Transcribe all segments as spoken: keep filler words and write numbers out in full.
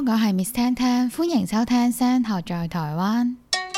我係 Miss 聽聽，歡迎收聽聲學在台灣。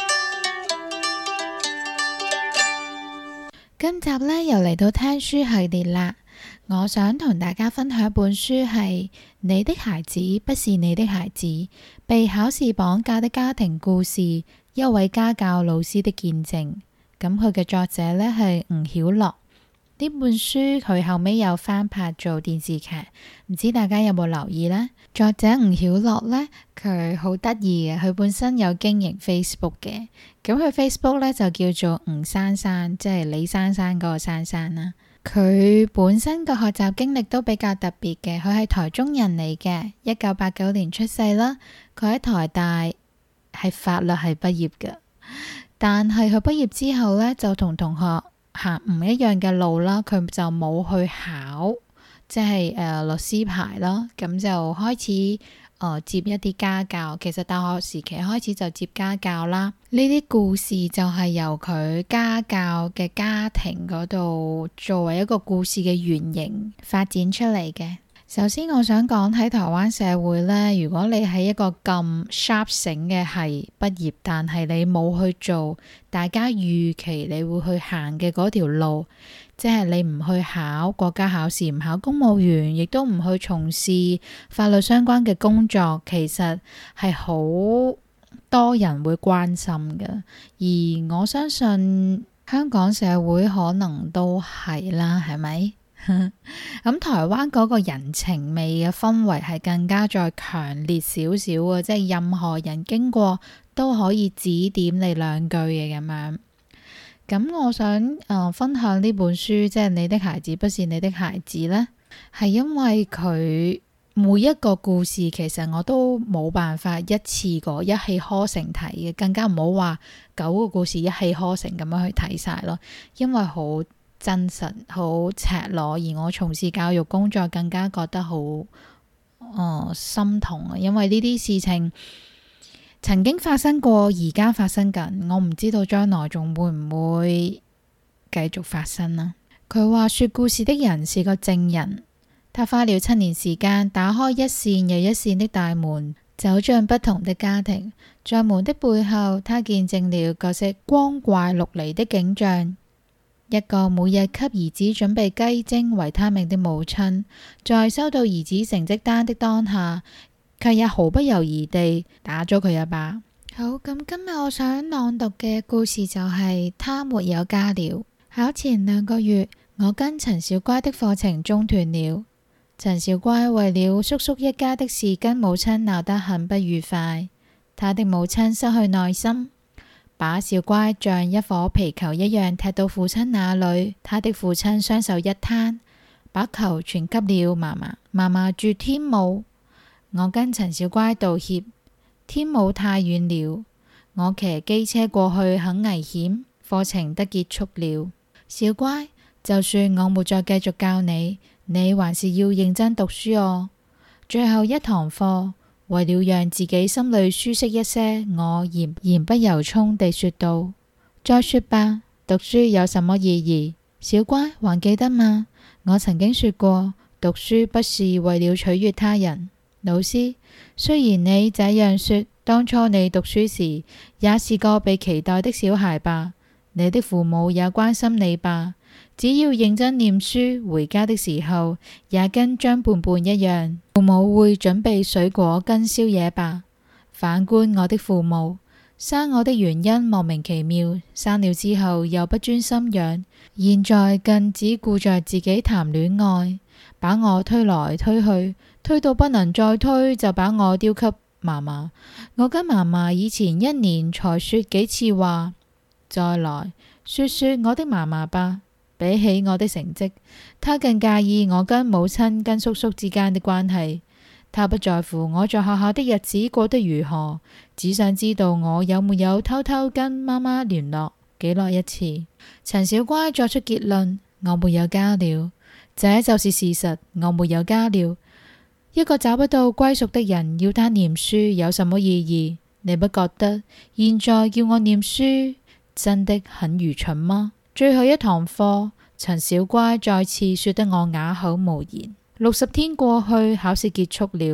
今集呢又嚟到聽書系列啦，我想同大家分享一本書係你的孩子不是你的孩子，被考試綁架的家庭故事，一位家教老師的見證。咁佢嘅作者呢係吳曉樂。呢本書佢後尾有翻拍做電視劇，唔知大家有冇留意呢？作者吳曉樂呢，佢好得意嘅，佢本身有經營 Facebook 嘅，咁佢 Facebook 呢就叫做吳珊珊，即係李珊珊嗰個珊珊啦。佢本身個學習經歷都比較特別嘅，佢係台中人嚟嘅，一九八九年出世啦。佢喺台大係法律系畢業嘅，但係佢畢業之後呢，就同同學行唔一樣嘅路啦，佢就冇去考即係誒、呃、律師牌啦，咁就開始誒、呃、接一啲家教。其實大學時期開始就接家教啦。呢啲故事就係由佢家教嘅家庭嗰度作為一個故事嘅原型發展出嚟嘅。首先我想講喺台灣社會呢，如果你係一個咁 sharp 醒嘅係畢業，但係你冇去做大家預期你會去行嘅嗰條路，即係你唔去考國家考試，唔考公務員，亦都唔去從事法律相關嘅工作，其實係好多人會關心嘅。而我相信香港社會可能都係啦，係咪？咁台灣嗰個人情味嘅氛圍係更加再強烈少少嘅，即係任何人經過都可以指點你兩句嘅咁樣。咁我想誒、呃、分享呢本書，即係你的孩子不是你的孩子呢，係因為佢每一個故事其實我都冇辦法一次過一氣呵成睇嘅，更加唔好話九個故事一氣呵成咁樣去睇晒咯，因為好真實好赤裸，而我從事教育工作更加覺得好、呃、心痛啊！因為呢啲事情曾經發生過，而家發生緊，我唔知道將來仲會唔會繼續發生啦。佢話說故事的人是個證人，他花了七年時間打開一扇又一扇的大門，走進不同的家庭，在門的背後，他見證了各式光怪陸離的景象。一個每日給兒子準備雞精維他命的母親，在收到兒子成績單的當下，卻也毫不猶豫地打咗佢一巴。好，咁今日我想朗讀嘅故事就係、是、他沒有家了。考前兩個月，我跟陳小乖的課程中斷了。陳小乖為了叔叔一家的事跟母親鬧得很不愉快，他的母親失去耐心，把小乖像一顆皮球一樣踢到父親那裏，他的父親雙手一攤，把球傳給了媽媽。媽媽住天母，我跟陳小乖道歉，天母太遠了，我騎機車過去很危險。課程得結束了，小乖，就算我沒再繼續教你，你還是要認真讀書哦。最後一堂課，為了讓自己心裏舒適一些，我言言不由衷地說道：再說吧，讀書有什麼意義？小乖，還記得嗎？我曾經說過，讀書不是為了取悅他人。老師，雖然你這樣說，當初你讀書時也是個被期待的小孩吧？你的父母也關心你吧？只要認真念書，回家的時候也跟張胖胖一樣，父母會準備水果跟宵夜吧？反觀我的父母，生我的原因莫名其妙，生了之後又不專心養，現在更只顧着自己談戀愛，把我推來推去，推到不能再推，就把我丟給媽媽。我跟媽媽以前一年才說幾次話，再來說說我的媽媽吧。比起我的成績，她更介意我跟母親跟叔叔之間的關係。她不在乎我在學校的日子過得如何，只想知道我有沒有偷偷跟媽媽聯絡，幾耐一次。陳小乖作出結論：我沒有家了，這就是事實，我沒有家了。一個找不到歸屬的人要他念書有什麼意義？你不覺得現在叫我念書真的很愚蠢嗎？最後一堂課，陳小乖再次說得我啞口無言。六十天過去，考試結束了，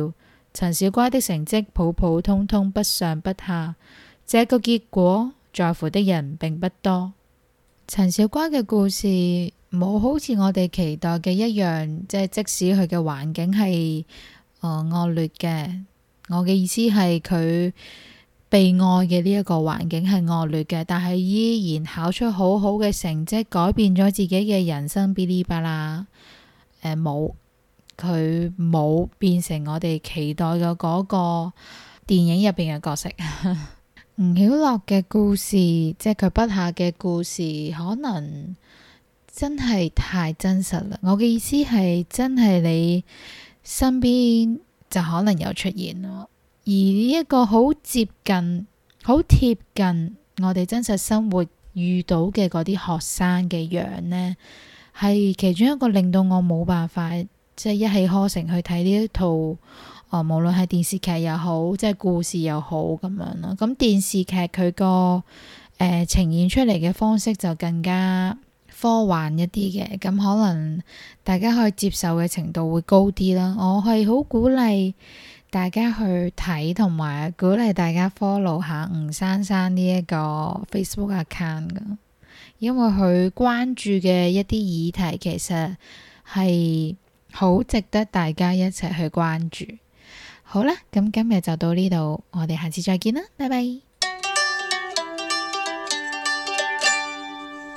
陳小乖的成績普普通通，不上不下，這個結果在乎的人並不多。陳小乖嘅故事冇好似我哋期待嘅一樣，即係即使佢嘅環境係誒惡劣嘅，我嘅意思係佢被愛嘅呢一個環境係惡劣嘅，但係依然考出好好嘅成績，改變咗自己嘅人生，嗶哩吧啦。誒冇，佢冇變成我哋期待嘅嗰個電影入邊嘅角色。吳曉樂嘅故事，即係佢筆下嘅故事，可能真係太真實啦。我嘅意思係真係你身邊就可能有出現咯。而呢一個好接近、好貼近我哋真實生活遇到嘅嗰啲學生嘅樣呢，係其中一個令到我冇辦法即係一氣呵成去睇呢一套。哦，無論係電視劇又好，即係故事又好咁樣啦。咁電視劇佢個誒呈現出嚟嘅方式就更加科幻一啲嘅，咁可能大家可以接受嘅程度會高啲啦。我係好鼓勵大家去睇，同埋鼓勵大家 follow 下吳珊珊呢一個 Facebook account 噶，因為佢關注嘅一啲議題其實係好值得大家一齊去關注。好啦，咁今日就到呢度，我哋下次再見啦，拜拜。